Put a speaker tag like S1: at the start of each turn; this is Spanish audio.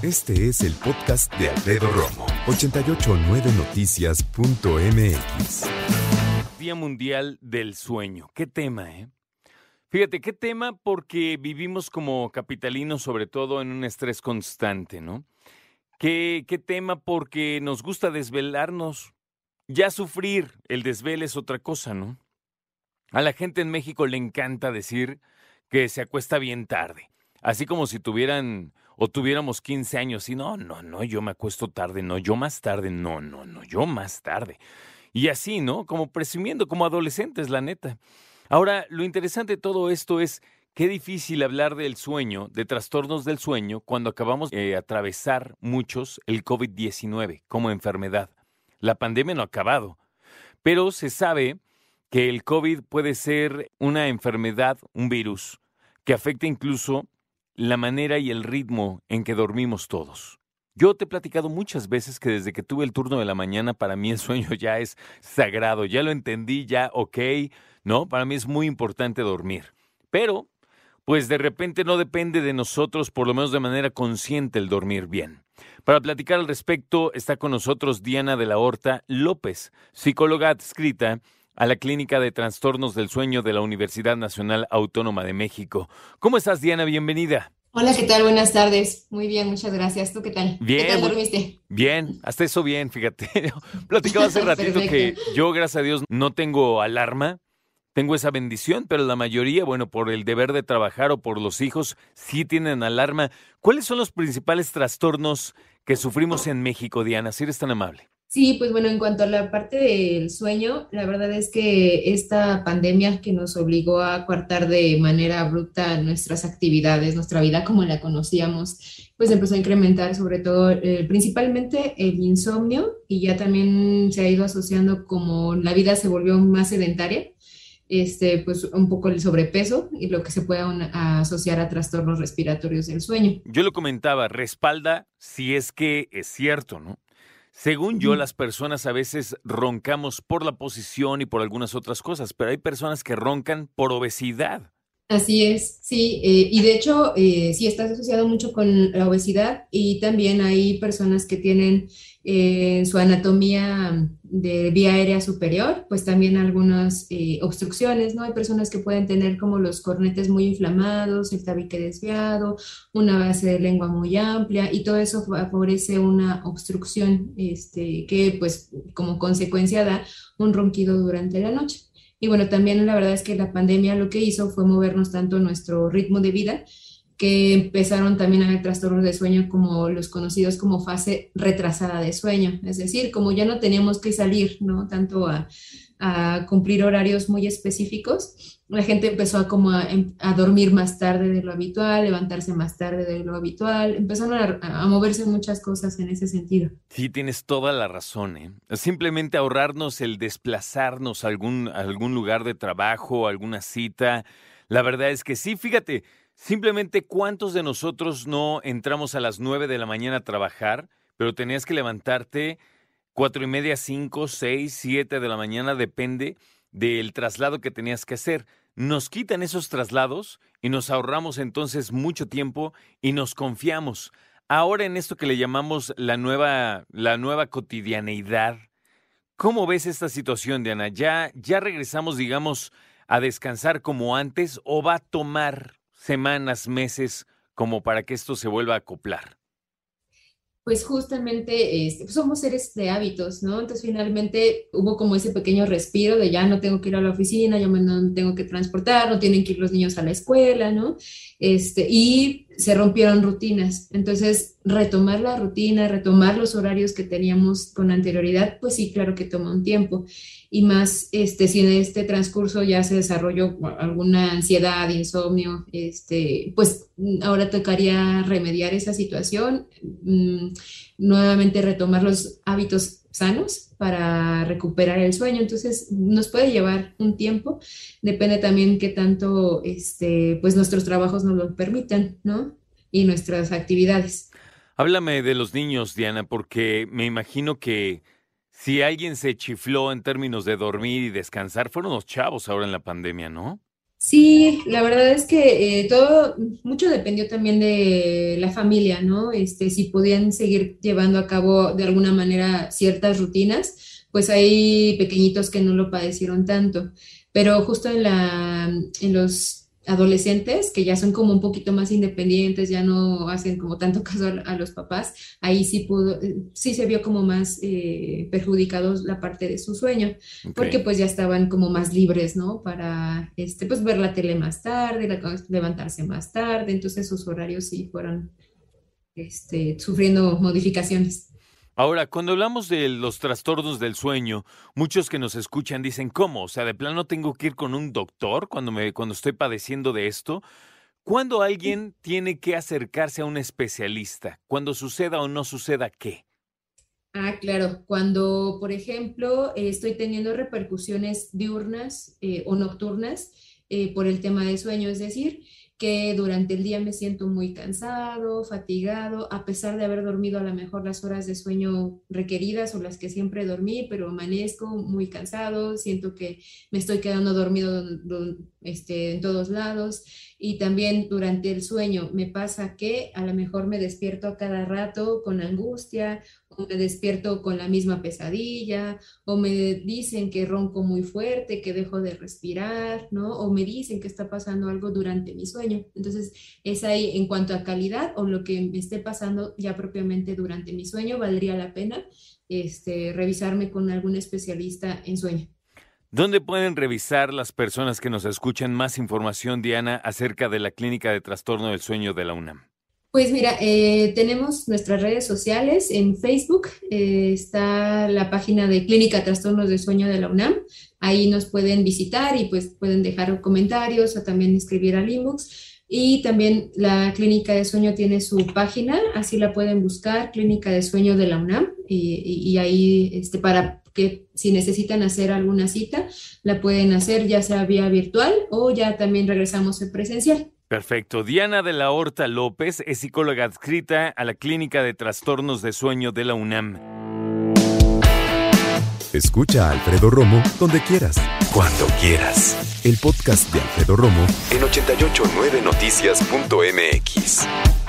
S1: Este es el podcast de Alfredo Romo, 889noticias.mx.
S2: Día Mundial del Sueño. ¿Qué tema, eh? Fíjate, qué tema porque vivimos como capitalinos sobre todo en un estrés constante, ¿no? ¿Qué tema porque nos gusta desvelarnos? Ya sufrir el desvelo es otra cosa, ¿no? A la gente en México le encanta decir que se acuesta bien tarde. Así como si tuviéramos 15 años y no, yo me acuesto tarde, no, yo más tarde, no, yo más tarde. Y así, ¿no? Como presumiendo, como adolescentes, la neta. Ahora, lo interesante de todo esto es qué difícil hablar del sueño, de trastornos del sueño, cuando acabamos de atravesar muchos el COVID-19 como enfermedad. La pandemia no ha acabado, pero se sabe que el COVID puede ser una enfermedad, un virus, que afecta incluso la manera y el ritmo en que dormimos todos. Yo te he platicado muchas veces que desde que tuve el turno de la mañana, para mí el sueño ya es sagrado, ya lo entendí, ya ok, ¿no? Para mí es muy importante dormir. Pero, pues de repente no depende de nosotros, por lo menos de manera consciente, el dormir bien. Para platicar al respecto está con nosotros Diana de la Horta López, psicóloga adscrita a la Clínica de Trastornos del Sueño de la Universidad Nacional Autónoma de México. ¿Cómo estás, Diana? Bienvenida.
S3: Hola, ¿qué tal? Buenas tardes. Muy bien, muchas gracias. ¿Tú qué tal? ¿Qué
S2: Bien,
S3: tal dormiste?
S2: bien, hasta eso bien, fíjate. Platicaba hace ratito que
S3: Perfecto.
S2: yo, gracias a Dios, no tengo alarma, tengo esa bendición, pero la mayoría, bueno, por el deber de trabajar o por los hijos, sí tienen alarma. ¿Cuáles son los principales trastornos que sufrimos en México, Diana? Si eres tan amable.
S3: Sí, pues bueno, en cuanto a la parte del sueño, la verdad es que esta pandemia que nos obligó a coartar de manera bruta nuestras actividades, nuestra vida como la conocíamos, pues empezó a incrementar sobre todo, principalmente el insomnio y ya también se ha ido asociando como la vida se volvió más sedentaria, pues un poco el sobrepeso y lo que se puede asociar a trastornos respiratorios del sueño.
S2: Yo lo comentaba, respalda si es que es cierto, ¿no? Según yo,
S3: Ujú.
S2: las personas a veces roncamos por la posición y por algunas otras cosas, pero hay personas que roncan por obesidad.
S3: Así es, sí, y de hecho sí está asociado mucho con la obesidad y también hay personas que tienen su anatomía de vía aérea superior, pues también algunas obstrucciones, ¿no? Hay personas que pueden tener como los cornetes muy inflamados, el tabique desviado, una base de lengua muy amplia y todo eso favorece una obstrucción que pues como consecuencia da un ronquido durante la noche. Y bueno, también la verdad es que la pandemia lo que hizo fue movernos tanto nuestro ritmo de vida, que empezaron también a haber trastornos de sueño como los conocidos como fase retrasada de sueño. Es decir, como ya no teníamos que salir, ¿no? Tanto a cumplir horarios muy específicos, la gente empezó a dormir más tarde de lo habitual, levantarse más tarde de lo habitual, empezaron a moverse muchas cosas en ese sentido.
S2: Sí, tienes toda la razón, ¿eh? Simplemente ahorrarnos el desplazarnos a algún lugar de trabajo, alguna cita. La verdad es que sí, fíjate, simplemente cuántos de nosotros no entramos a las 9 de la mañana a trabajar, pero tenías que levantarte 4:30, 5, 6, 7 de la mañana, depende del traslado que tenías que hacer. Nos quitan esos traslados y nos ahorramos entonces mucho tiempo y nos confiamos. Ahora en esto que le llamamos la nueva cotidianeidad, ¿cómo ves esta situación, Diana? ¿Ya regresamos, digamos, a descansar como antes o va a tomar semanas, meses como para que esto se vuelva a acoplar?
S3: Pues justamente pues somos seres de hábitos, ¿no? Entonces finalmente hubo como ese pequeño respiro de ya no tengo que ir a la oficina, no tengo que transportar, no tienen que ir los niños a la escuela, ¿no? Y se rompieron rutinas. Entonces retomar la rutina, retomar los horarios que teníamos con anterioridad, pues sí, claro que toma un tiempo. Y más si en este transcurso ya se desarrolló alguna ansiedad, insomnio, pues ahora tocaría remediar esa situación, nuevamente retomar los hábitos sanos para recuperar el sueño. Entonces, nos puede llevar un tiempo, depende también qué tanto, pues nuestros trabajos nos lo permitan, ¿no? Y nuestras actividades.
S2: Háblame de los niños, Diana, porque me imagino que si alguien se chifló en términos de dormir y descansar, fueron los chavos ahora en la pandemia, ¿no?
S3: Sí, la verdad es que mucho dependió también de la familia, ¿no? Si podían seguir llevando a cabo de alguna manera ciertas rutinas, pues hay pequeñitos que no lo padecieron tanto, pero justo en los adolescentes que ya son como un poquito más independientes, ya no hacen como tanto caso a los papás, ahí sí se vio como más perjudicados la parte de su sueño porque
S2: Ok.
S3: pues ya estaban como más libres, ¿no? Para pues ver la tele más tarde, levantarse más tarde, entonces sus horarios sí fueron sufriendo modificaciones.
S2: Ahora, cuando hablamos de los trastornos del sueño, muchos que nos escuchan dicen, ¿cómo? O sea, ¿de plano tengo que ir con un doctor cuando estoy padeciendo de esto? ¿Cuándo alguien tiene que acercarse a un especialista? ¿Cuando suceda o no suceda qué?
S3: Ah, claro, cuando, por ejemplo, estoy teniendo repercusiones diurnas o nocturnas por el tema de sueño, es decir, que durante el día me siento muy cansado, fatigado, a pesar de haber dormido a lo mejor las horas de sueño requeridas o las que siempre dormí, pero amanezco muy cansado, siento que me estoy quedando dormido en todos lados y también durante el sueño me pasa que a lo mejor me despierto a cada rato con angustia o me despierto con la misma pesadilla, o me dicen que ronco muy fuerte, que dejo de respirar, ¿no? O me dicen que está pasando algo durante mi sueño. Entonces, es ahí en cuanto a calidad o lo que me esté pasando ya propiamente durante mi sueño, valdría la pena revisarme con algún especialista en sueño.
S2: ¿Dónde pueden revisar las personas que nos escuchan más información, Diana, acerca de la Clínica de Trastorno del Sueño de la UNAM?
S3: Pues mira, tenemos nuestras redes sociales. En Facebook está la página de Clínica Trastornos de Sueño de la UNAM. Ahí nos pueden visitar y pues pueden dejar comentarios o también escribir al inbox. Y también la Clínica de Sueño tiene su página, así la pueden buscar, Clínica de Sueño de la UNAM. Y ahí para que si necesitan hacer alguna cita, la pueden hacer ya sea vía virtual o ya también regresamos en presencial.
S2: Perfecto. Diana de la Horta López es psicóloga adscrita a la Clínica de Trastornos de Sueño de la UNAM.
S1: Escucha a Alfredo Romo donde quieras, cuando quieras. El podcast de Alfredo Romo en 889noticias.mx.